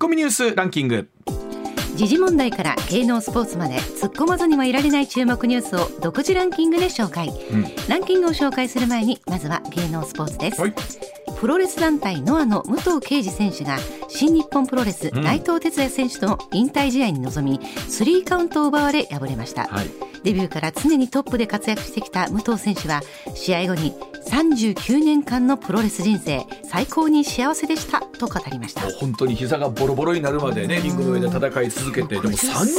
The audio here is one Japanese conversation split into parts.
コミニュースランキング。 時事問題から芸能スポーツまで突っ込まずにはいられない注目ニュースを独自ランキングで紹介、ランキングを紹介する前にまずは芸能スポーツです、プロレス団体ノアの武藤敬司選手が新日本プロレス、内藤哲也選手との引退試合に臨み3カウントを奪われ敗れました、デビューから常にトップで活躍してきた武藤選手は試合後に39年間のプロレス人生最高に幸せでしたと語りました。 本当に膝がボロボロになるまでねリングの上で戦い続けて、でも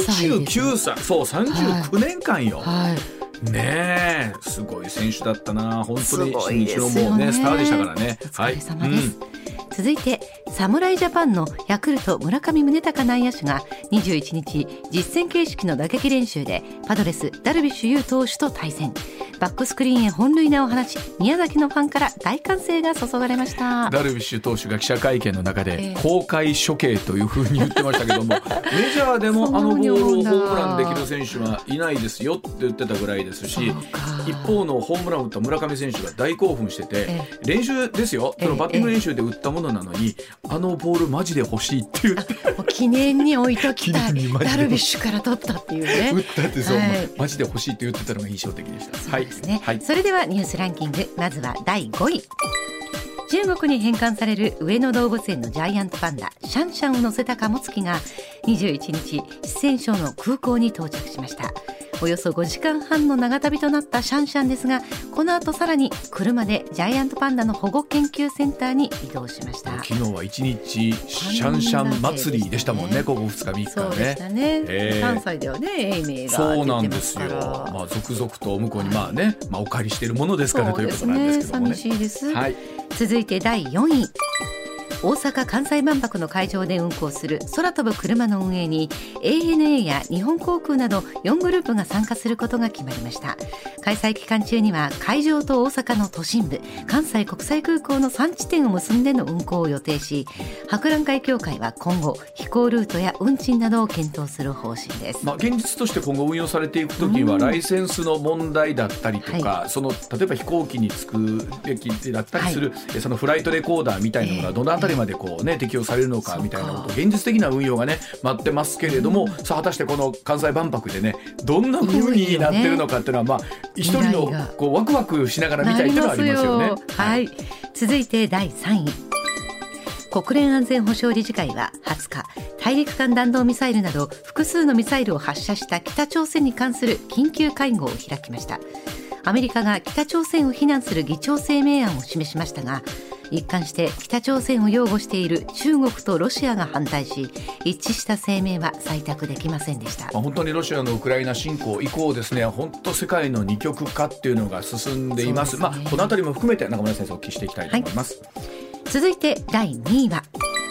39歳、そう39年間よ、ねえすごい選手だったな。本当に新日のもうねスターでしたからね。 お疲れ様です、続いて侍ジャパンのヤクルト村上宗隆内野手が21日実戦形式の打撃練習でパドレスダルビッシュ有投手と対戦、バックスクリーンへ本塁打を放ち宮崎のファンから大歓声が注がれました。 ダルビッシュ投手が記者会見の中で、公開処刑というふうに言ってましたけどもメジャーでもあのボールをホームランできる選手はいないですよって言ってたぐらいですし、一方のホームランを打った村上選手が大興奮してて、練習ですよ、そのバッティング練習で打ったものなのに、あのボールマジで欲しいって言って記念に置いときたいダルビッシュから取ったっていうね、 打ったってそう、マジで欲しいって言ってたのが印象的でした。 そうですね、それではニュースランキング、まずは第5位。中国に返還される上野動物園のジャイアントパンダシャンシャンを乗せた貨物機が21日四川省の空港に到着しました。およそ5時間半の長旅となったシャンシャンですが、この後さらに車でジャイアントパンダの保護研究センターに移動しました。 昨日は1日シャンシャン祭りでしたもんね、ここ2日3日ね。 そうでしたね、関西ではね永明が出てますから。 そうなんですよ、続々と向こうにお借りしているものですからということなんですけどもね。 寂しいです、続いて第4位。大阪・関西万博の会場で運行する空飛ぶ車の運営に ANA や日本航空など4グループが参加することが決まりました。開催期間中には会場と大阪の都心部、関西国際空港の3地点を結んでの運行を予定し、博覧会協会は今後飛行ルートや運賃などを検討する方針です。 現実として今後運用されていくときにはライセンスの問題だったりとか、例えば飛行機に着くべきだったりする、そのフライトレコーダーみたいなのがどのあたりまで適用されるのかみたいなこと、現実的な運用がね待ってますけれども、さあ果たしてこの関西万博でねどんな風になってるのかっていうのは、一人のワクワクしながら見たいというのはありますよね。 続いて第3位。国連安全保障理事会は20日大陸間弾道ミサイルなど複数のミサイルを発射した北朝鮮に関する緊急会合を開きました。アメリカが北朝鮮を非難する議長声明案を示しましたが、一貫して北朝鮮を擁護している中国とロシアが反対し、一致した声明は採択できませんでした。 本当にロシアのウクライナ侵攻以降ですね、本当世界の二極化っていうのが進んでいます。このあたりも含めて中村先生お聞きしていきたいと思います。 続いて第2位は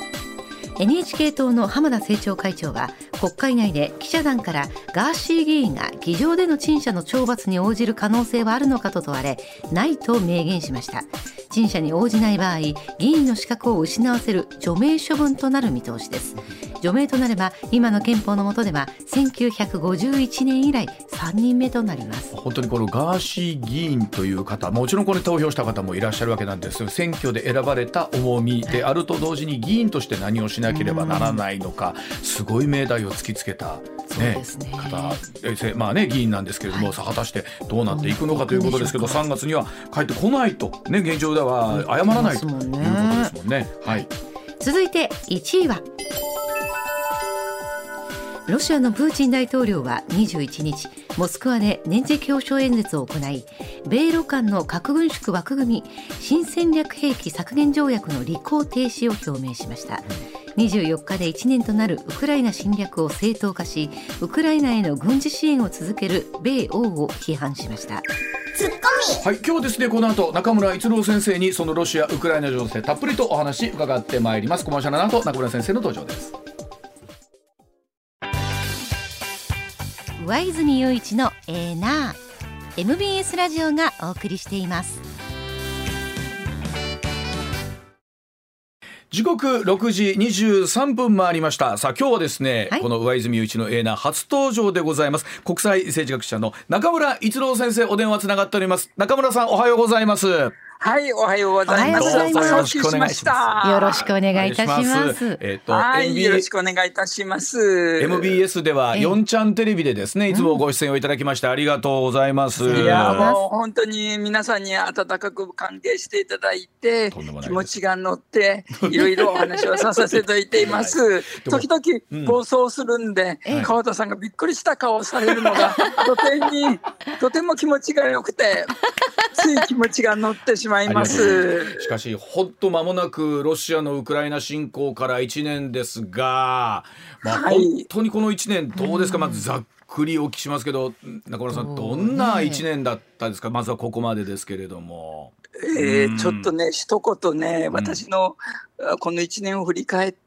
NHK 党の浜田政調会長は国会内で記者団からガーシー議員が議場での陳謝の懲罰に応じる可能性はあるのかと問われ、ないと明言しました。陳謝に応じない場合、議員の資格を失わせる除名処分となる見通しです。除名となれば今の憲法の下では1951年以来3人目となります。 本当にこのガーシー議員という方、もちろんこれ投票した方もいらっしゃるわけなんですが、選挙で選ばれた重みであると同時に議員として何をしなければならないのか、すごい命題を突きつけた、方、議員なんですけれども、果たしてどうなっていくのかということですけど、3月には帰ってこないと、現状では謝らないということですもんね。 続いて1位はロシアのプーチン大統領は21日モスクワで年次教書演説を行い、米ロ間の核軍縮枠組み新戦略兵器削減条約の履行停止を表明しました。24日で1年となるウクライナ侵略を正当化し、ウクライナへの軍事支援を続ける米欧を批判しました。 ツッコミ。 今日ですね、この後中村逸郎先生にそのロシアウクライナ情勢たっぷりとお話伺ってまいります。コマーシャルの後中村先生の登場です。 上泉雄一のな MBS ラジオがお送りしています。 時刻6時23分回りました。さあ今日はですね、この上泉雄一の初登場でございます。国際政治学者の中村逸郎先生、お電話つながっております。中村さん、おはようございます。 はい、おはようございます。 おはようございます。 よろしくお願いします。 よろしくお願いいたします。 はい、よろしくお願いいたします。 MBS では4ちゃんテレビでですね、いつもご出演をいただきましてありがとうございます。 いや、もう本当に皆さんに温かく歓迎していただいて、気持ちが乗っていろいろお話をさせていただいています。時々暴走するんで、川田さんがびっくりした顔をされるのがとても気持ちが良くて、つい気持ちが乗ってしまいます。 しかし本当間もなくロシアのウクライナ侵攻から1年ですが、本当にこの1年どうですか。まずざっくりお聞きしますけど、中村さんどんな1年だったですか。まずはここまでですけれども。 ちょっとね、一言ね、私のこの1年を振り返って、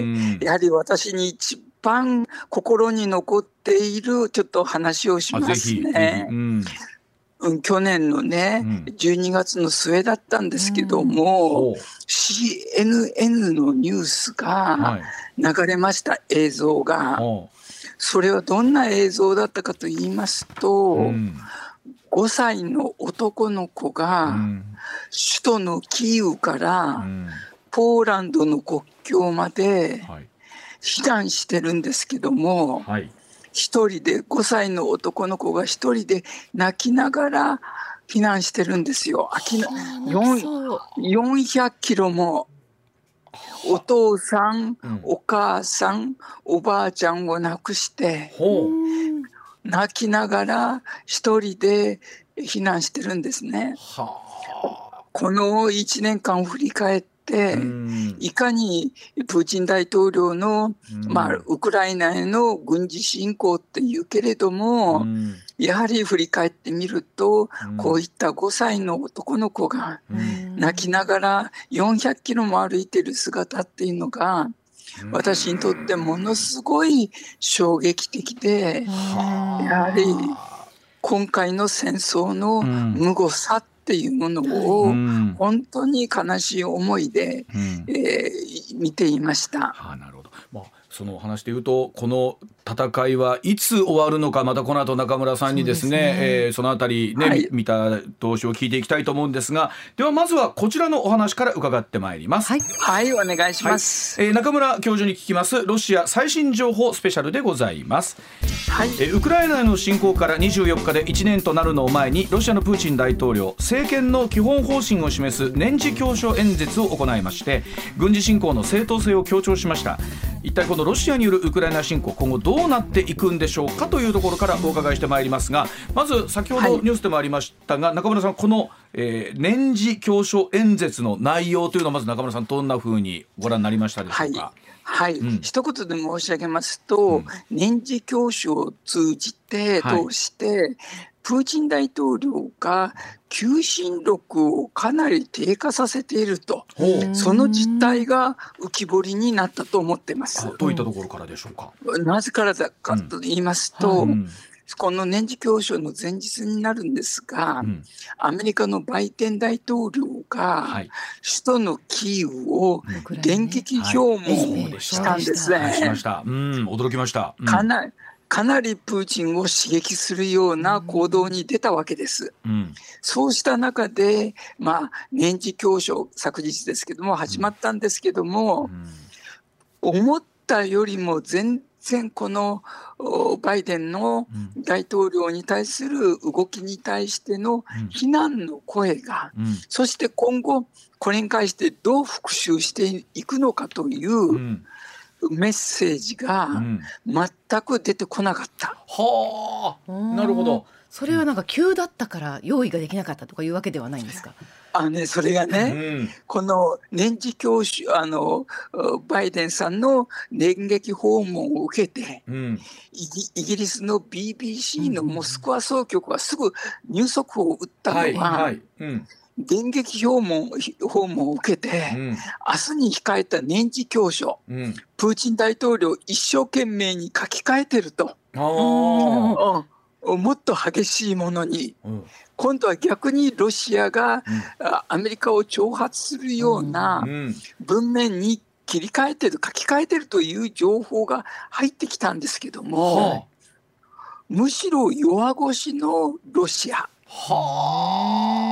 やはり私に一番心に残っているちょっと話をしますね。去年のね、12月の末だったんですけども、CNN のニュースが流れました、映像が。それはどんな映像だったかと言いますと、5歳の男の子が首都のキーウからポーランドの国境まで避難してるんですけども、一人で5歳の男の子が一人で泣きながら避難してるんですよ。400キロもお父さん、お母さん、おばあちゃんを亡くして泣きながら一人で避難してるんですね。この1年間を振り返っていかにプーチン大統領の、ウクライナへの軍事侵攻っていうけれども、やはり振り返ってみると、こういった5歳の男の子が泣きながら400キロも歩いている姿っていうのが私にとってものすごい衝撃的で、やはり今回の戦争の無誤さっていうものを本当に悲しい思いで、見ていました。 なるほど。その話でいうと、この戦いはいつ終わるのか、またこの後中村さんにですね、そのあたりね、見た投資を聞いていきたいと思うんですが、ではまずはこちらのお話から伺ってまいります。 はい、お願いします。 中村教授に聞きますロシア最新情報スペシャルでございます。ウクライナへの侵攻から24日で1年となるのを前に、ロシアのプーチン大統領、政権の基本方針を示す年次教書演説を行いまして、軍事侵攻の正当性を強調しました。一体このロシアによるウクライナ侵攻、今後どうなっていくんでしょうかというところからお伺いしてまいりますが、まず先ほどニュースでもありましたが、中村さん、この、年次教書演説の内容というのをまず中村さんどんなふうにご覧になりましたでしょうか。 一言で申し上げますと、年次教書を通して、プーチン大統領が求心力をかなり低下させていると、その実態が浮き彫りになったと思っています。 どういったところからでしょうか。 なぜからだかと言いますと、この年次教書の前日になるんですが、アメリカのバイデン大統領が首都のキーウを電撃訪問したんですね。 驚きました。 かなりプーチンを刺激するような行動に出たわけです。そうした中で、年次教書、昨日ですけども始まったんですけども、思ったよりも全然このバイデンの大統領に対する動きに対しての非難の声が、そして今後これに関してどう復讐していくのかというメッセージが全く出てこなかった。 なるほど。 それはなんか急だったから用意ができなかったとかいうわけではないんですか。 それがね、この年次教書、バイデンさんの電撃訪問を受けて、イギリスの BBC のモスクワ総局はすぐニュース速報を打ったのは、電撃訪問を受けて、明日に控えた年次教書、プーチン大統領一生懸命に書き換えてると、もっと激しいものに、今度は逆にロシアが、アメリカを挑発するような文面に切り替えてる、書き換えてるという情報が入ってきたんですけども、むしろ弱腰のロシア。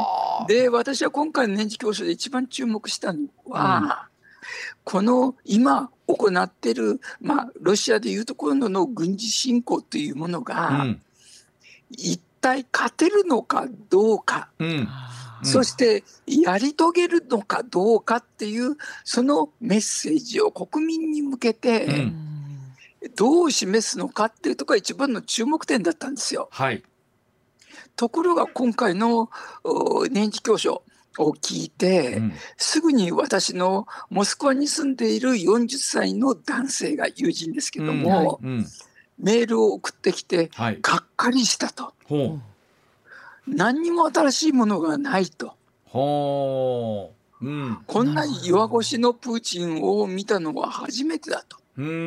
で私は今回の年次教書で一番注目したのは、この今行っている、ロシアでいうところの軍事侵攻というものが、一体勝てるのかどうか、そしてやり遂げるのかどうかっていうそのメッセージを国民に向けてどう示すのかっていうところが一番の注目点だったんですよ。ところが今回の年次教書を聞いて、すぐに私のモスクワに住んでいる40歳の男性が友人ですけども、メールを送ってきて、がっかりしたと。何にも新しいものがないと。こんな弱腰のプーチンを見たのは初めてだと。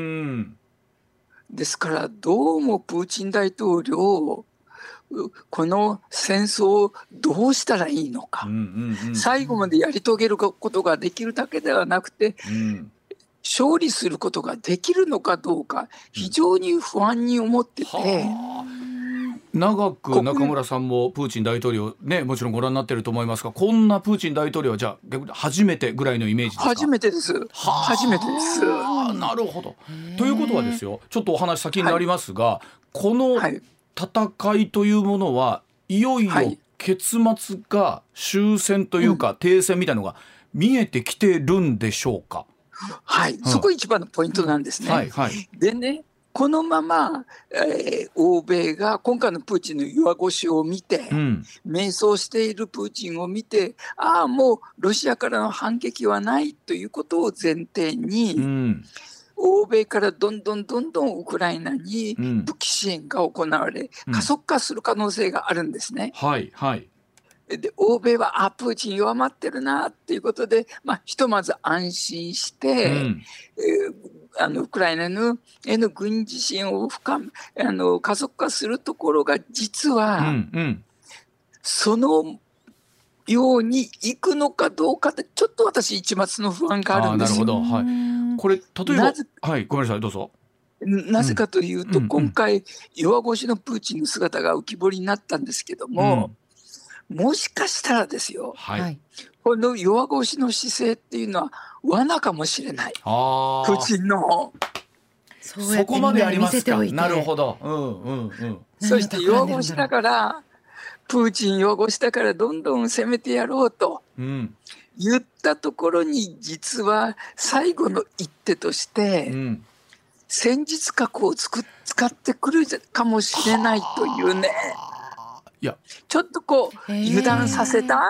ですからどうもプーチン大統領、この戦争をどうしたらいいのか、最後までやり遂げることができるだけではなくて、勝利することができるのかどうか非常に不安に思ってて、 長く中村さんもプーチン大統領ね、もちろんご覧になってると思いますが、こんなプーチン大統領はじゃあ初めてぐらいのイメージですか？ 初めてです。初めてです。 なるほど。ということはですよ、ちょっとお話先になりますが、この戦いというものはいよいよ結末が終戦というか、停戦みたいなのが見えてきてるんでしょうか？ そこ一番のポイントなんですね。でね、このまま、欧米が今回のプーチンの弱腰を見て、迷走しているプーチンを見て、もうロシアからの反撃はないということを前提に、欧米からどんどんウクライナに武器支援が行われ、加速化する可能性があるんですね。で欧米はプーチン弱まってるなっていうことで、ひとまず安心して、ウクライナへの軍事支援を加速化するところが実は、そのようにいくのかどうかってちょっと私一抹の不安があるんですよ。これ例えばごめんなさい、どうぞ。 なぜかというと、今回弱腰のプーチンの姿が浮き彫りになったんですけども、もしかしたらですよ、この弱腰の姿勢っていうのは罠かもしれない。プーチンのそこまでありますか。なるほど。 そして弱腰だから、プーチン弱腰だからどんどん攻めてやろうと言ったところに、実は最後の一手として、戦術核を使ってくるかもしれないというね、ちょっとこう油断させた、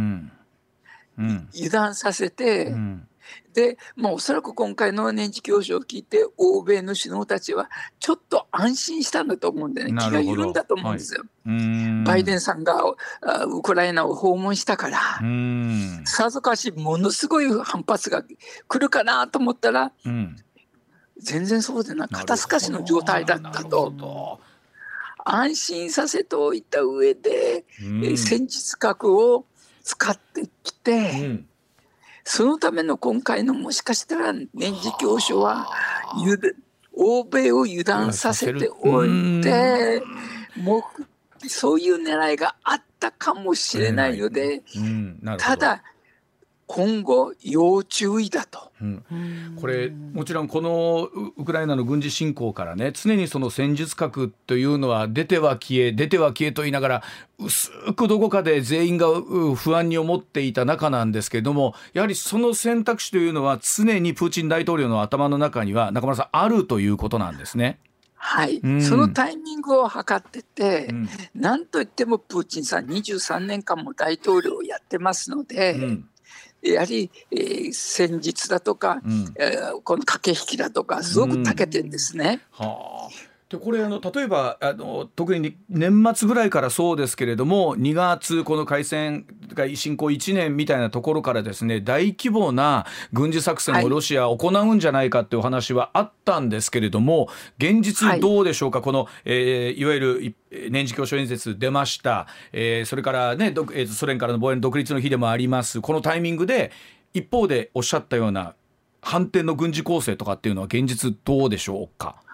油断させて、でおそらく今回の年次教書を聞いて欧米の首脳たちはちょっと安心したんだと思うんでね、気が緩んだと思うんですよ。バイデンさんがウクライナを訪問したから、さぞかしものすごい反発が来るかなと思ったら、全然そうでなく肩透かしの状態だったと。安心させておいた上で、戦術核を使ってきて、そのための今回のもしかしたら年次教書は欧米を油断させておいて、そういう狙いがあったかもしれないので、ただ今後要注意だと。 これもちろんこのウクライナの軍事侵攻からね、常にその戦術核というのは出ては消えと言いながら、薄くどこかで全員が不安に思っていた中なんですけれども、やはりその選択肢というのは常にプーチン大統領の頭の中には中村さんあるということなんですね。 そのタイミングを測ってて、なんといってもプーチンさん23年間も大統領をやってますので、やはり、戦術だとか、この駆け引きだとかすごく長けてるんですね。 でこれ例えば特に年末ぐらいからそうですけれども、2月この開戦侵攻1年みたいなところからですね、大規模な軍事作戦をロシアは行うんじゃないかっていう話はあったんですけれども、現実どうでしょうか。この、いわゆる年次教書演説出ました、それからねソ連からの防衛の独立の日でもあります。このタイミングで一方でおっしゃったような反転の軍事攻勢とかっていうのは現実どうでしょうか。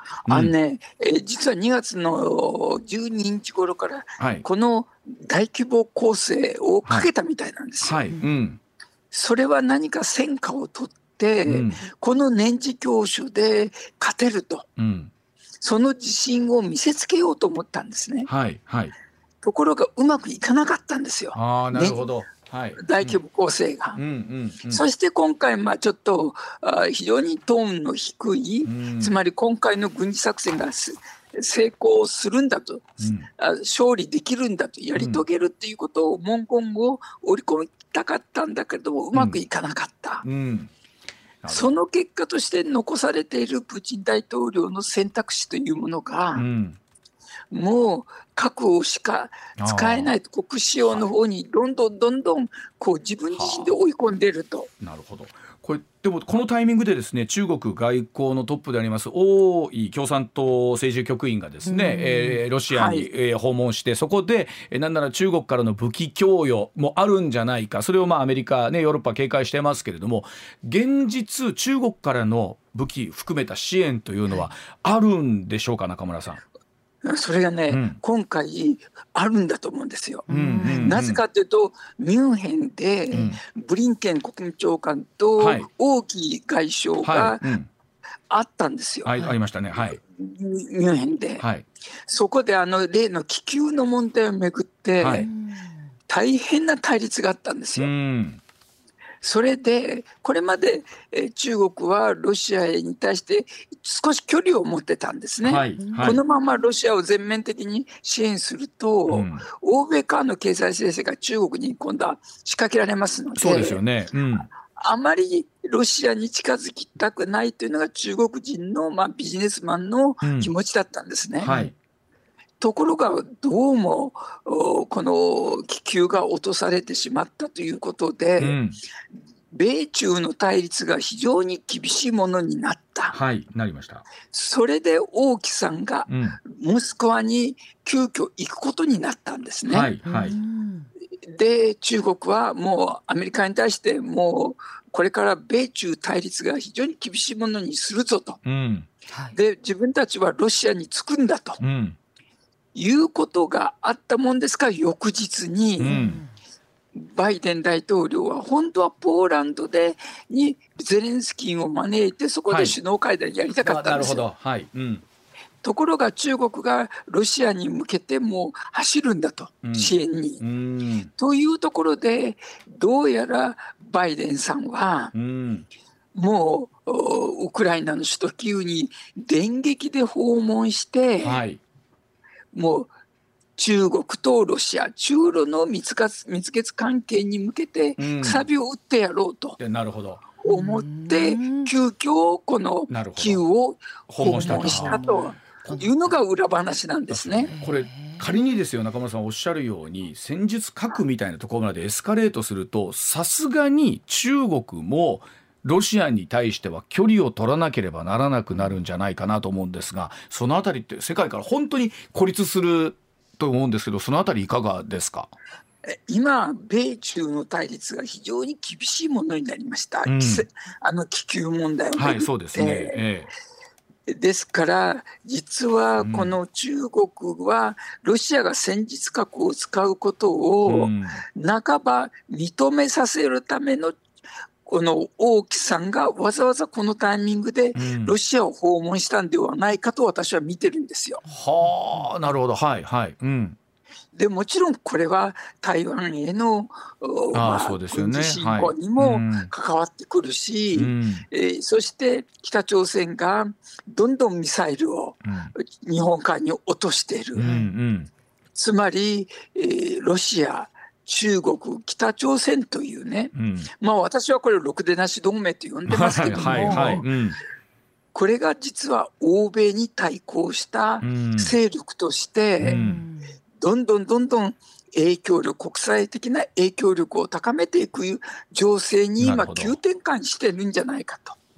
実は2月の12日頃から、 はい、 この大規模攻勢をかけたみたいなんですよ。 はいはい、うん、 それは何か戦果を取って、うん、この年次教書で勝てると、うん、その自信を見せつけようと思ったんですね。 はいはい、 ところがうまくいかなかったんですよ。 なるほど、はい、 大規模攻勢が、 うんうんうん、 そして今回ちょっと非常にトーンの低い、つまり今回の軍事作戦が成功するんだと、勝利できるんだと、やり遂げるっていうことを文言を織り込みたかったんだけれども、うまくいかなかった、その結果として残されているプーチン大統領の選択肢というものが、もう核をしか使えないと、国使用の方にどんどんこう自分自身で追い込んでいると。 なるほど。でもこのタイミングでですね、中国外交のトップであります王毅共産党政治局員がですね、ロシアに、訪問して、そこでなんなら中国からの武器供与もあるんじゃないか、それをアメリカ、ヨーロッパ警戒してますけれども、現実中国からの武器含めた支援というのはあるんでしょうか、中村さん。 それがね、今回あるんだと思うんですよ。なぜかというと、ミュンヘンでブリンケン国務長官と王毅外相があったんですよ。 ありましたね、はい、 ミュンヘンで、はい、そこで例の気球の問題をめぐって、はい、大変な対立があったんですよ。それでこれまで中国はロシアに対して少し距離を持ってたんですね、はいはい、このままロシアを全面的に支援すると、欧米からの経済制裁が中国に今度は仕掛けられますので、 そうですよね、 あまりロシアに近づきたくないというのが中国人のビジネスマンの気持ちだったんですね、はい。ところがどうもこの気球が落とされてしまったということで、米中の対立が非常に厳しいものになった、 はい、なりました。 それで王毅さんがモスクワに急遽行くことになったんですね、はいはい。で中国はもうアメリカに対してもうこれから米中対立が非常に厳しいものにするぞと、で自分たちはロシアにつくんだと、いうことがあったもんですから、翌日に、バイデン大統領は本当はポーランドにゼレンスキーを招いて、そこで首脳会談やりたかったんですよ、 なるほど、はい、 ところが中国がロシアに向けてもう走るんだと、支援に、というところで、どうやらバイデンさんは、もうウクライナの首都キーウに電撃で訪問して、はい、もう中国とロシア、中ロの蜜月関係に向けてくさびを打ってやろうと思って、急遽このキーウを訪問したというのが裏話なんですね。 これ仮にですよ、中村さんおっしゃるように戦術核みたいなところまでエスカレートすると、さすがに中国もロシアに対しては距離を取らなければならなくなるんじゃないかなと思うんですが、そのあたりって世界から本当に孤立すると思うんですけど、そのあたりいかがですか。 今米中の対立が非常に厳しいものになりました、気球問題をめぐって、はい、そうですね、ですから実はこの中国はロシアが戦術核を使うことを半ば認めさせるためのこの王毅さんがわざわざこのタイミングでロシアを訪問したんではないかと私は見てるんですよ。 はあ、なるほど、はいはい、 でもちろんこれは台湾への軍事侵攻にも関わってくるし、そして北朝鮮がどんどんミサイルを日本海に落としている、つまり、ロシア、中国、北朝鮮というね、私はこれろくでなし同盟と呼んでますけども、これが実は欧米に対抗した勢力として、どんどん影響力、国際的な影響力を高めていく情勢に今急転換してるんじゃないかと。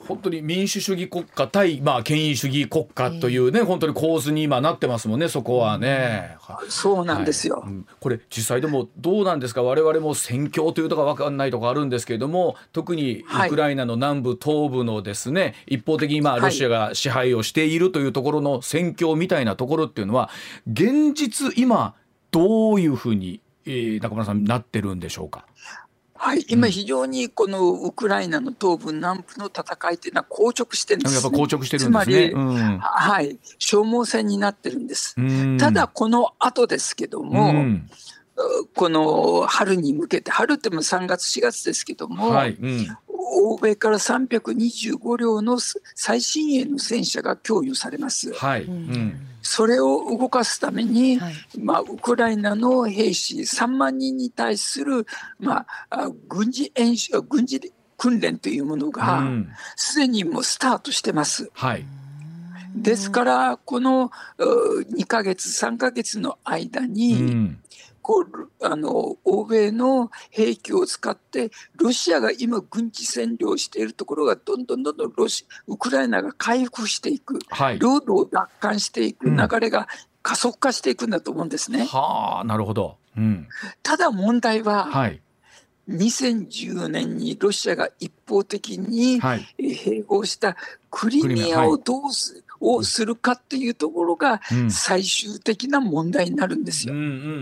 本当に民主主義国家対、権威主義国家というね、本当に構図に今なってますもんね、そこはね。 そうなんですよ、 これ実際でもどうなんですか。我々も戦況というとか分かんないところあるんですけれども、特にウクライナの南部東部のですね、一方的にロシアが支配をしているというところの戦況みたいなところっていうのは現実今どういうふうに、中村さんなってるんでしょうか。 はい、今非常にこのウクライナの東部南部の戦いというのは硬直してるんです、ね、 やっぱ硬直してるんですね。 つまり、消耗戦になってるんです。ただこの後ですけども、この春に向けて、春っても3月4月ですけども、欧米から325両の最新鋭の戦車が供与されます。それを動かすために、ウクライナの兵士3万人に対する、軍事訓練というものがすでにもうスタートしてます。ですからこの2ヶ月3ヶ月の間に、欧米の兵器を使ってロシアが今軍事占領しているところがどんどんウクライナが回復していく、領土を奪還していく流れが加速化していくんだと思うんですね。 なるほど。 ただ問題は、2014年にロシアが一方的に併合したクリミアをどうするかっていうところが最終的な問題になるんですよ。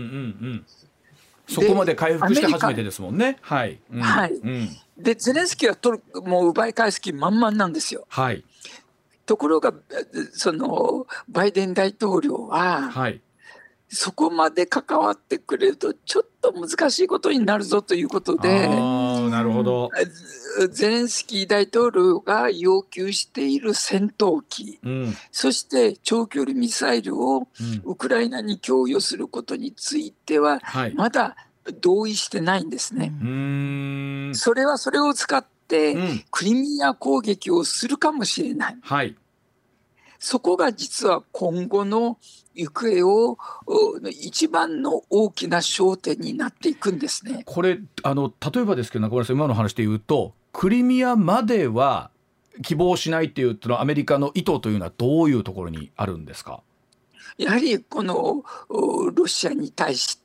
そこまで回復して初めてですもんね。 でゼレンスキーはもう奪い返す気満々なんですよ。ところがそのバイデン大統領は、そこまで関わってくれるとちょっと難しいことになるぞということで、 なるほど。 ゼレンスキー大統領が要求している戦闘機、そして長距離ミサイルをウクライナに供与することについてはまだ同意してないんですね。それを使ってクリミア攻撃をするかもしれない。そこが実は今後の行方を一番の大きな焦点になっていくんですね。 これ例えばですけど中村さん、今の話で言うとクリミアまでは希望しないっていうアメリカの意図というのはどういうところにあるんですか。 やはりこのロシアに対して、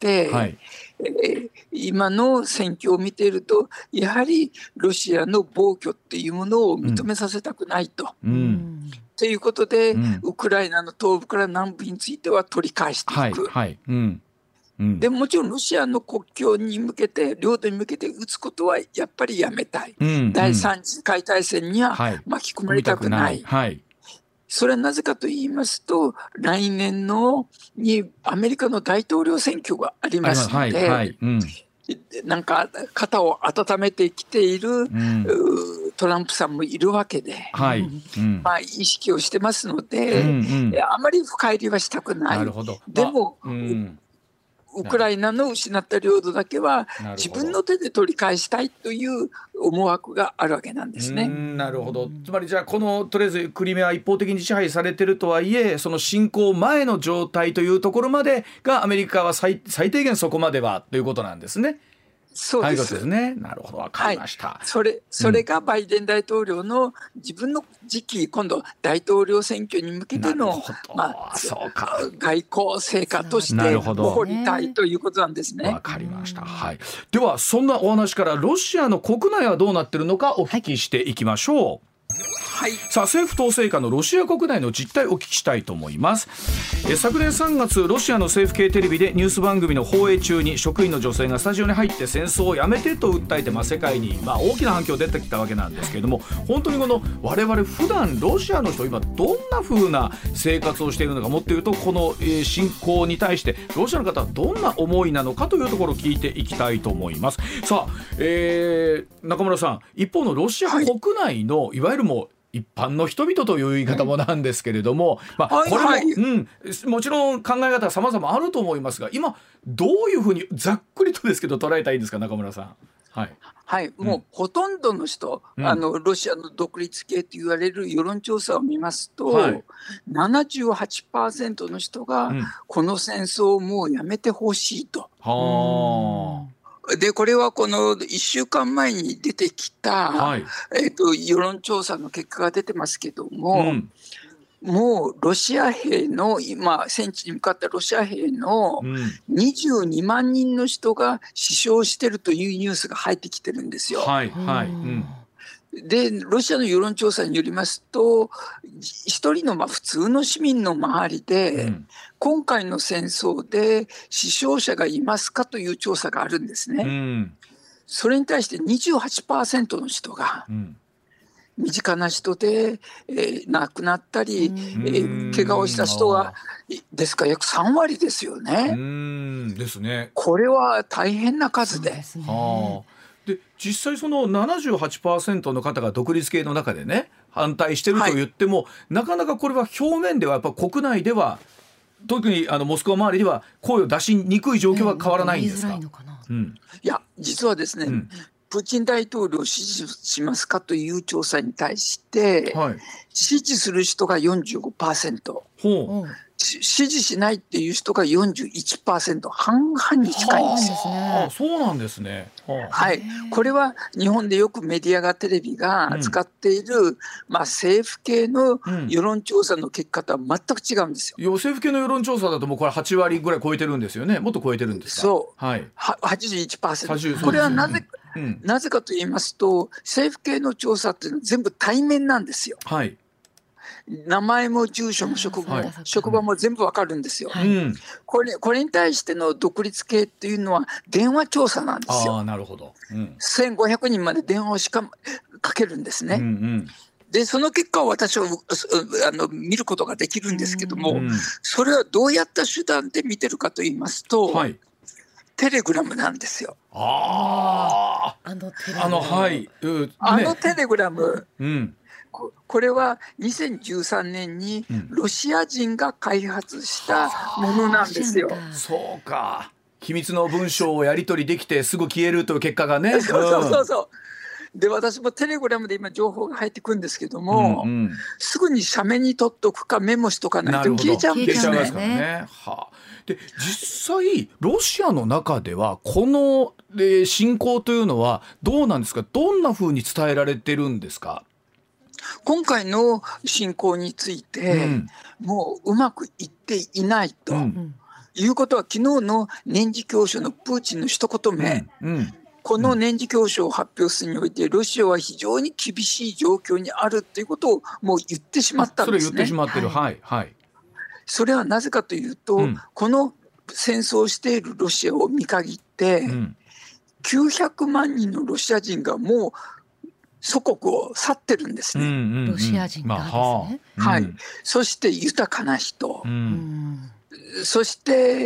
今の戦況を見ているとやはりロシアの暴挙っていうものを認めさせたくないと。ということで、ウクライナの東部から南部については取り返していく。でもちろんロシアの国境に向けて領土に向けて撃つことはやっぱりやめたい。第三次世界大戦には巻き込まれたくない。それはなぜかと言いますと来年にアメリカの大統領選挙がありますので、なんか肩を温めてきている、トランプさんもいるわけで、意識をしてますので、あまり深入りはしたくない。でも、ウクライナの失った領土だけは自分の手で取り返したいという思惑があるわけなんですね。 なるほど。つまりじゃあとりあえずクリミアは一方的に支配されてるとはいえその侵攻前の状態というところまでがアメリカは最低限そこまではということなんですね。 そうです。 なるほど、わかりました。 それがバイデン大統領の自分の次期今度大統領選挙に向けての外交成果として誇りたいということなんですね。 わかりました。ではそんなお話からロシアの国内はどうなっているのかお聞きしていきましょう。さあ政府統制下のロシア国内の実態をお聞きしたいと思います。昨年3月ロシアの政府系テレビでニュース番組の放映中に職員の女性がスタジオに入って戦争をやめてと訴えて、世界に大きな反響出てきたわけなんですけれども、本当にこの我々普段ロシアの人今どんな風な生活をしているのか、もっと言うとこの侵攻に対してロシアの方はどんな思いなのかというところを聞いていきたいと思います。さあ、中村さん、一方のロシア国内のいわゆるもう一般の人々という言い方もなんですけれども、これも、もちろん考え方は様々あると思いますが、今どういうふうにざっくりとですけど捉えたらいいんですか、中村さん。 もうほとんどの人、ロシアの独立系と言われる世論調査を見ますと、78% の人がこの戦争をもうやめてほしいと。 でこれはこの1週間前に出てきた、 はい、 世論調査の結果が出てますけども、もうロシア兵の今戦地に向かったロシア兵の22万人の人が死傷してるというニュースが入ってきてるんですよ。 はいはい、 でロシアの世論調査によりますと、一人の普通の市民の周りで、今回の戦争で死傷者がいますかという調査があるんですね。それに対して 28% の人が、身近な人で、亡くなったり、怪我をした人がですから約3割ですよね。 ですね。 これは大変な数で。 で実際その 78% の方が独立系の中でね反対してると言っても、なかなかこれは表面ではやっぱ国内では特にモスクワ周りでは声を出しにくい状況は変わらないんですか？ いや実はですね、プーチン大統領を支持しますかという調査に対して、支持する人が 45%、支持しないっていう人が 41%、半々に近いんですよ。 そうなんですね。 はい、これは日本でよくメディアがテレビが使っている、政府系の世論調査の結果とは全く違うんですよ。 政府系の世論調査だともうこれ8割ぐらい超えてるんですよね。もっと超えてるんですか？ そう、81%。これはなぜかと言いますと、政府系の調査っていうのは全部対面なんですよ。名前も住所も職場も全部わかるんですよ。これに対しての独立系っていうのは電話調査なんですよ。 なるほど。 1500人まで電話をかけるんですね。でその結果を私は見ることができるんですけども、それはどうやった手段で見てるかと言いますと、テレグラムなんですよ。 あのテレグラム、これは2013年にロシア人が開発したものなんですよ。 そうか、秘密の文章をやり取りできてすぐ消えるという結果がね。 で私もテレグラムで今情報が入ってくるんですけども、すぐに写メに撮っとくかメモしとかないと消えちゃうんですね。 で実際ロシアの中ではこの侵攻というのはどうなんですか？どんな風に伝えられてるんですか？ 今回の侵攻について、もううまくいっていないと、いうことは昨日の年次教書のプーチンの一言目、この年次教書を発表するにおいてロシアは非常に厳しい状況にあるということをもう言ってしまったんですね。 それ言ってしまってる。 それはなぜかというと、この戦争をしているロシアを見限って、900万人のロシア人がもう祖国を去ってるんですね。 ロシア人がですね。 そして豊かな人、そして、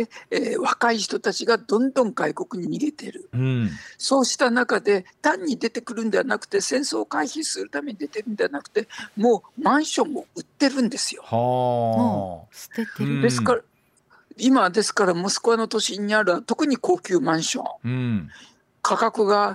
若い人たちがどんどん外国に逃げている、そうした中で単に出てくるんではなくて、戦争を回避するために出てるんではなくて、もうマンションを売ってるんですよ。 捨ててる。 ですからモスクワの都心にある特に高級マンション、価格が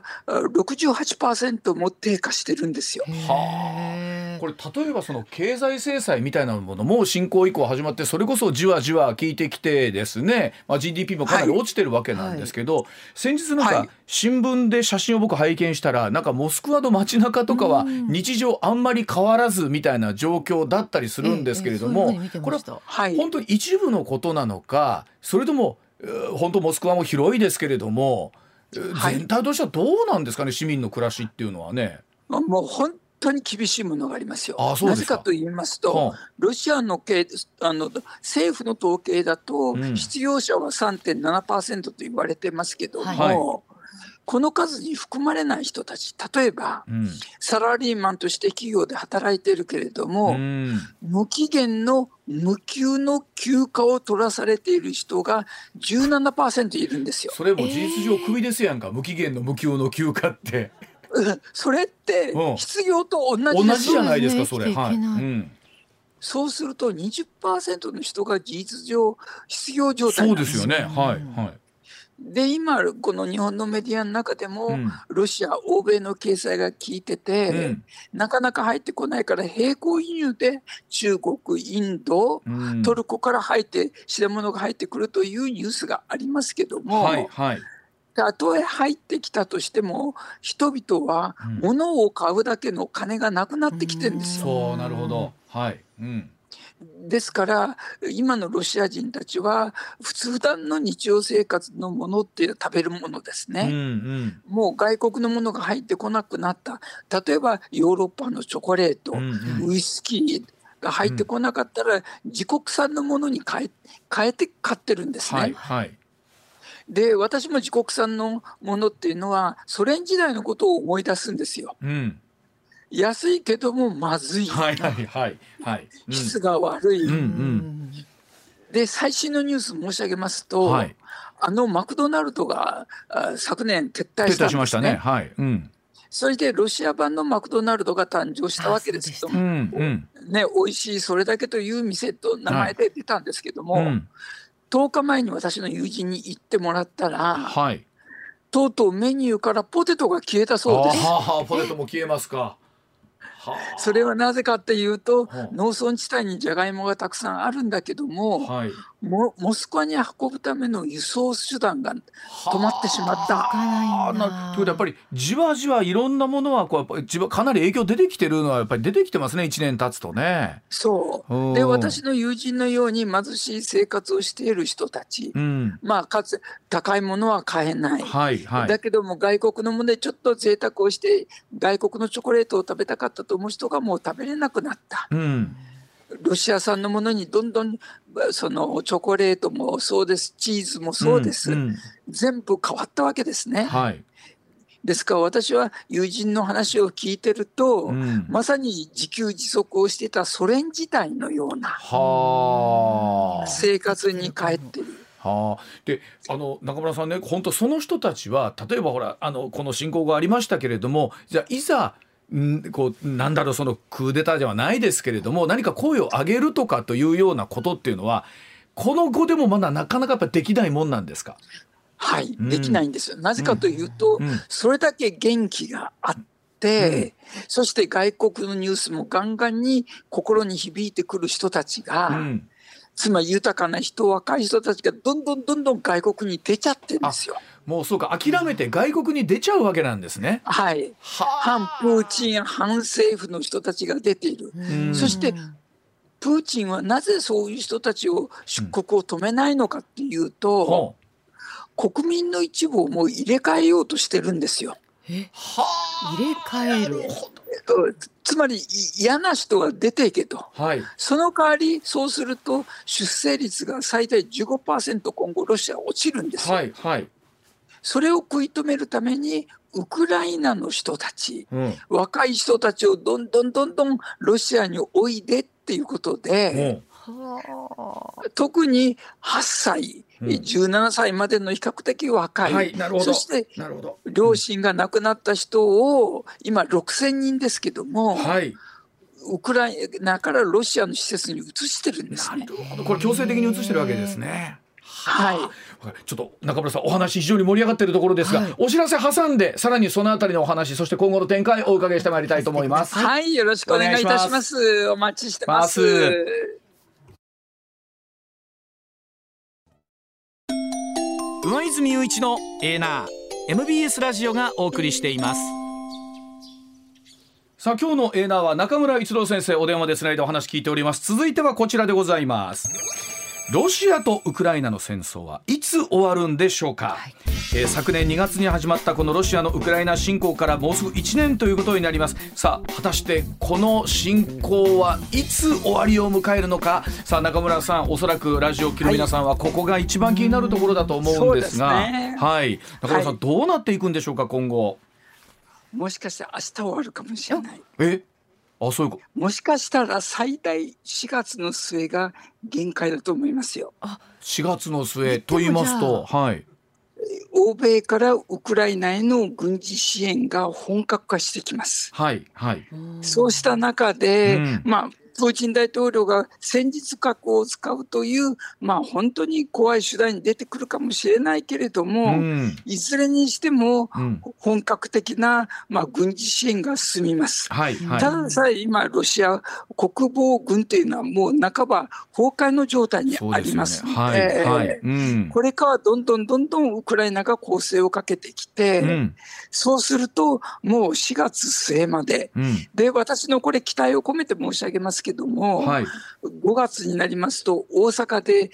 68% も低下してるんですよ。 これ例えばその経済制裁みたいなものも侵攻以降始まって、それこそじわじわ効いてきてですね、GDP もかなり落ちてるわけなんですけど、先日なんか新聞で写真を僕拝見したら、なんかモスクワの街中とかは日常あんまり変わらずみたいな状況だったりするんですけれども、これは本当に一部のことなのか、それとも本当モスクワも広いですけれども全体としてはどうなんですかね、市民の暮らしっていうのはね。 もう本当に厳しいものがありますよ。なぜかと言いますと、ロシアの政府の統計だと、失業者は 3.7% と言われてますけども、この数に含まれない人たち、例えば、サラリーマンとして企業で働いているけれども、無期限の無給の休暇を取らされている人が 17% いるんですよ。 それも事実上クビですやんか、無期限の無給の休暇ってそれって失業と同じです。 同じじゃないですか、それ。 そうすると 20% の人が事実上失業状態なんですよ。 そうですよね。 で今この日本のメディアの中でも、ロシア欧米の経済が効いてて、なかなか入ってこないから並行輸入で中国、インド、トルコから品物が入ってくるというニュースがありますけども、 たとえ入ってきたとしても人々は物を買うだけの金がなくなってきてるんですよ。 そう、なるほど。はい。 ですから今のロシア人たちは普段の日常生活のものっていうのは食べるものですね。もう外国のものが入ってこなくなった。例えばヨーロッパのチョコレート、ウイスキーが入ってこなかったら自国産のものに変えて買ってるんですね。で私も自国産のものっていうのはソ連時代のことを思い出すんですよ。安いけどもまずい、質が悪い、で最新のニュース申し上げますと、マクドナルドが昨年撤退したんですね。撤退しましたね。それでロシア版のマクドナルドが誕生したわけですけども、美味しいそれだけという店と名前で出たんですけども、10日前に私の友人に行ってもらったら、とうとうメニューからポテトが消えたそうです。 ポテトも消えますか。 それはなぜかっていうと、農村地帯にジャガイモがたくさんあるんだけども、モスクワに運ぶための輸送手段が止まってしまった。 ということはやっぱりじわじわいろんなものはこうかなり影響出てきてるのはやっぱり出てきてますね、1年経つとね。 そうで私の友人のように貧しい生活をしている人たち、かつ高いものは買えない、だけども外国のものでちょっと贅沢をして外国のチョコレートを食べたかったと思う人がもう食べれなくなった。ロシア産のものにどんどんそのチョコレートもそうです、チーズもそうです、全部変わったわけですね。ですから私は友人の話を聞いてると、まさに自給自足をしていたソ連時代のような生活に帰っている。 で中村さんね、本当その人たちは例えばほらこの侵攻がありましたけれども、じゃあいざなんだろう、そのクーデターではないですけれども何か声を上げるとかというようなことっていうのはこの後でもまだなかなかやっぱできないもんなんですか。 できないんですよ。なぜかというと、それだけ元気があって、そして外国のニュースもガンガンに心に響いてくる人たちが、つまり豊かな人、若い人たちがどんどん外国に出ちゃってるんですよ。 もうそうか、諦めて外国に出ちゃうわけなんですね。 反プーチン、反政府の人たちが出ている。そしてプーチンはなぜそういう人たちを出国を止めないのかっていうと、国民の一部をもう入れ替えようとしてるんですよ。 入れ替える。 つまり嫌な人が出ていけと、その代わりそうすると出生率が最大 15% 今後ロシアは落ちるんですよ。それを食い止めるためにウクライナの人たち、若い人たちをどんどんロシアにおいでっていうことで、特に8歳、17歳までの比較的若い、そして両親が亡くなった人を今6000人ですけども、ウクライナからロシアの施設に移してるんですね。 これ強制的に移してるわけですね。ちょっと中村さんお話非常に盛り上がっているところですが、お知らせ挟んでさらにそのあたりのお話、そして今後の展開をお伺いしてまいりたいと思います。 よろしくお願いいたします。お待ちしてます。 上泉雄一のエーナー MBS ラジオがお送りしています。 さあ今日のエーナーは中村逸郎先生、お電話でつないでお話聞いております。続いてはこちらでございます。ロシアとウクライナの戦争はいつ終わるんでしょうか。昨年2月に始まったこのロシアのウクライナ侵攻からもうすぐ1年ということになります。さあ果たしてこの侵攻はいつ終わりを迎えるのか。さあ中村さん、おそらくラジオを聞く皆さんはここが一番気になるところだと思うんですが、中村さん、どうなっていくんでしょうか今後。 もしかしたら明日終わるかもしれない。 そういうこと。 もしかしたら最大4月の末が限界だと思いますよ。 4月の末と言いますと、 欧米からウクライナへの軍事支援が本格化してきます。そうした中で、 プーチン大統領が戦術核を使うという、本当に怖い手段に出てくるかもしれないけれども、いずれにしても本格的な、軍事支援が進みます。ただでさえ今ロシア国防軍というのはもう半ば崩壊の状態にありますので、これからどんどんウクライナが攻勢をかけてきて、そうするともう4月末まで、で私のこれ期待を込めて申し上げますけども、5月になりますと大阪で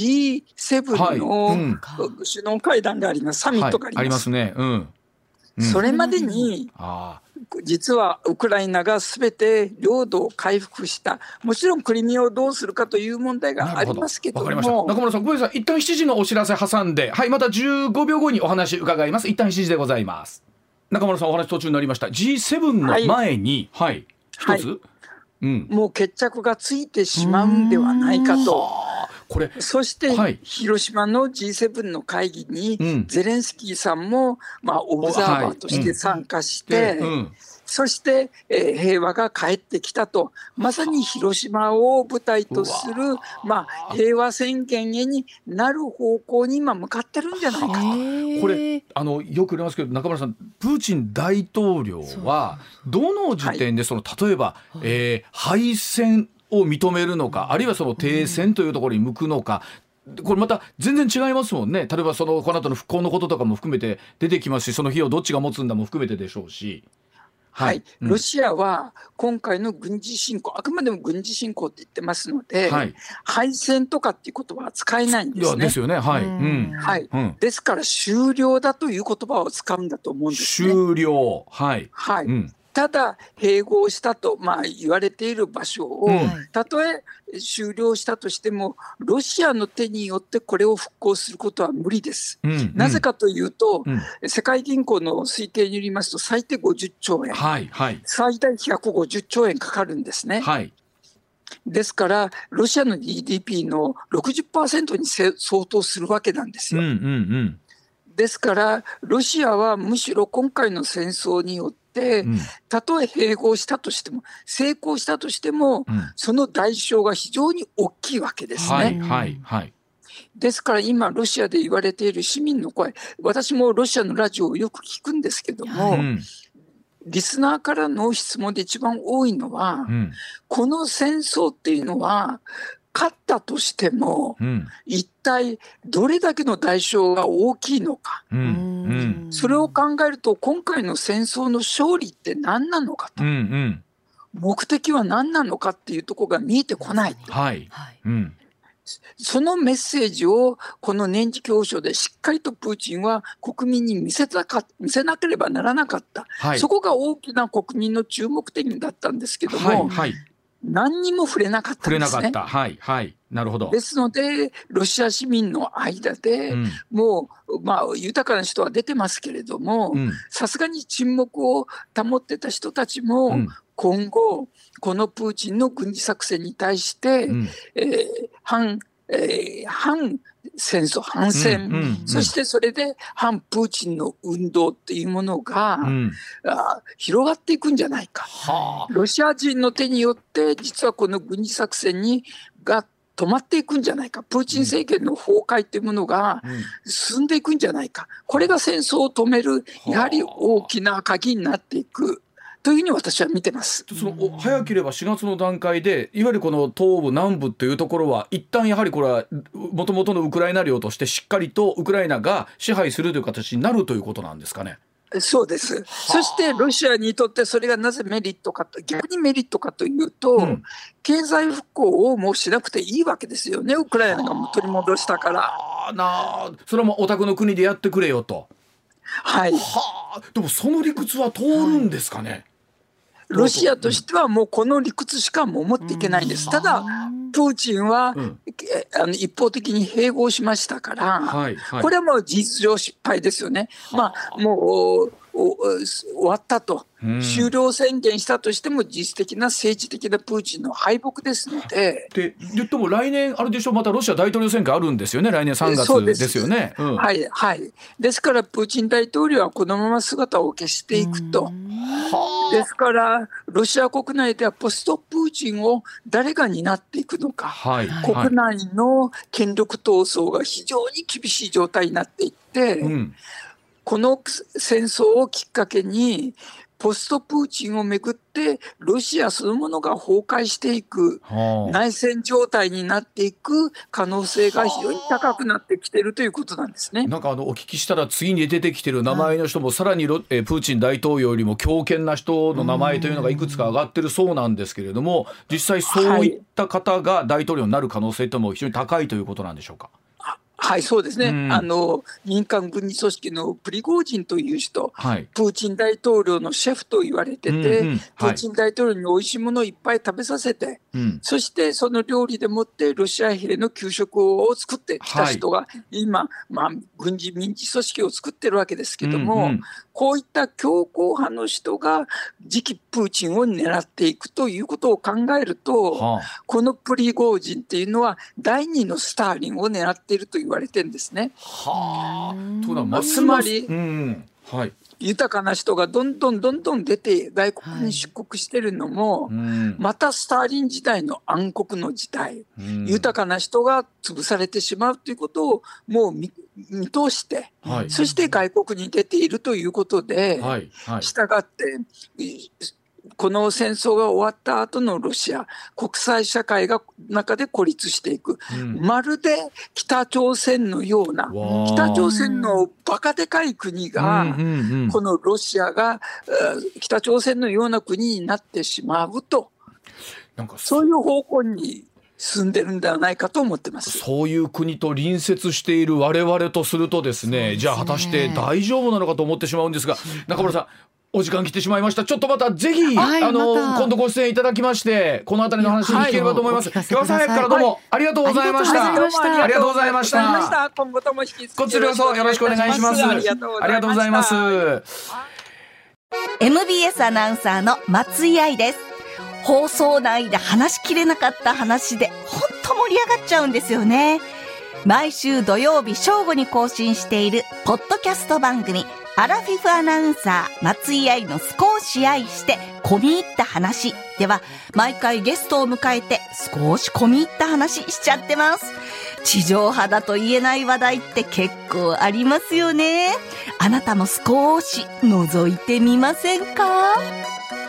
G7 の首脳会談があります。サミットがあります。それまでに実はウクライナがすべて領土を回復した、もちろんクリミアをどうするかという問題がありますけども。 中村さん、ごめんなさい、一旦7時のお知らせ挟んで、また15秒後にお話伺います。一旦7時でございます。中村さん、お話途中になりました。 G7 の前に一つ、 もう決着がついてしまうんではないかと。そして広島の G7 の会議にゼレンスキーさんもオブザーバーとして参加して、そして平和が帰ってきたと、まさに広島を舞台とする平和宣言になる方向に今向かってるんじゃないかと。 これよく言いますけど、中村さん、プーチン大統領はどの時点で例えば敗戦を認めるのか、あるいはその停戦というところに向くのか、これまた全然違いますもんね。例えばこの後の復興のこととかも含めて出てきますし、その費用どっちが持つんだも含めてでしょうし。 ロシアは今回の軍事侵攻、あくまでも軍事侵攻って言ってますので、敗戦とかっていう言葉は使えないんですね。 ですよね。 ですから終了だという言葉を使うんだと思うんですね。 終了。 ただ併合したと言われている場所を、たとえ終了したとしてもロシアの手によってこれを復興することは無理です。なぜかというと、世界銀行の推計によりますと最低50兆円、最大150兆円かかるんですね。ですからロシアの GDP の 60% に相当するわけなんですよ。ですからロシアはむしろ今回の戦争によってたとえ併合したとしても成功したとしても、その代償が非常に大きいわけですね。ですから今ロシアで言われている市民の声、私もロシアのラジオをよく聞くんですけども、リスナーからの質問で一番多いのは、この戦争っていうのは勝ったとしても、一体どれだけの代償が大きいのか、それを考えると今回の戦争の勝利って何なのかと、目的は何なのかっていうところが見えてこないと。そのメッセージをこの年次教書でしっかりとプーチンは国民に見せなければならなかった、そこが大きな国民の注目点だったんですけども、何にも触れなかったんですね。 なるほど。 ですのでロシア市民の間で、もう、豊かな人は出てますけれども、さすがに沈黙を保ってた人たちも、今後このプーチンの軍事作戦に対して、反戦争、反戦、そしてそれで反プーチンの運動っていうものが、広がっていくんじゃないか。ロシア人の手によって実はこの軍事作戦が止まっていくんじゃないか、プーチン政権の崩壊というものが進んでいくんじゃないか、これが戦争を止めるやはり大きな鍵になっていくというふうに私は見てます。 早ければ4月の段階でいわゆるこの東部南部というところは一旦やはりこれはもともとのウクライナ領としてしっかりとウクライナが支配するという形になるということなんですかね。 そうです。そしてロシアにとってそれがなぜメリットかと、逆にメリットかというと、経済復興をもうしなくていいわけですよね。ウクライナがもう取り戻したから。 それはもうお宅の国でやってくれよと。でもその理屈は通るんですかね。 ロシアとしてはもうこの理屈しかもう持っていけないんです。ただプーチンは、一方的に併合しましたから、これはもう事実上失敗ですよね。もう終わったと、終了宣言したとしても実質的な政治的なプーチンの敗北ですので。 って言っても来年あれでしょ、またロシア大統領選挙あるんですよね。来年3月ですよね。 ですからプーチン大統領はこのまま姿を消していくと。 ですからロシア国内ではポストプーチンを誰が担っていくのか、国内の権力闘争が非常に厳しい状態になっていって、この戦争をきっかけにポストプーチンをめぐってロシアそのものが崩壊していく、内戦状態になっていく可能性が非常に高くなってきているということなんですね。 なんかお聞きしたら次に出てきている名前の人もさらにプーチン大統領よりも強権な人の名前というのがいくつか上がってるそうなんですけれども、実際そういった方が大統領になる可能性というのも非常に高いということなんでしょうか。 はい、そうですね、民間軍事組織のプリゴージンという人、プーチン大統領のシェフと言われてて、プーチン大統領に美味しいものをいっぱい食べさせて、そしてその料理でもってロシア兵の給食を作ってきた人が今、軍事民事組織を作ってるわけですけども、こういった強硬派の人が次期プーチンを狙っていくということを考えると、このプリゴージンっていうのは第二のスターリンを狙っていると言われてるんですね。つまり、豊かな人がどんどん出て外国に出国してるのも、またスターリン時代の暗黒の時代、豊かな人が潰されてしまうということをもう見通して、そして外国に出ているということで、したがってこの戦争が終わった後のロシア、国際社会が中で孤立していく、まるで北朝鮮のような、北朝鮮のバカでかい国が、このロシアが北朝鮮のような国になってしまうと、そういう方向に進んでるんではないかと思ってます。 そういう国と隣接している我々とするとですね、じゃあ果たして大丈夫なのかと思ってしまうんですが、中村さんお時間来てしまいました。ちょっとまたぜひ、今度ご出演いただきましこのあたりの話に聞ければと思います。今日朝早くからどうもありがとうございました。ありがとうございました。 今後とも引き続きこちらこそよろしくお願いします。ありがとうございます。 MBS アナウンサーの松井愛です。放送内で話しきれなかった話で本当盛り上がっちゃうんですよね。毎週土曜日正午に更新しているポッドキャスト番組、アラフィフアナウンサー松井愛の少し愛して込み入った話では、毎回ゲストを迎えて少し込み入った話しちゃってます。地上波だと言えない話題って結構ありますよね。あなたも少し覗いてみませんか？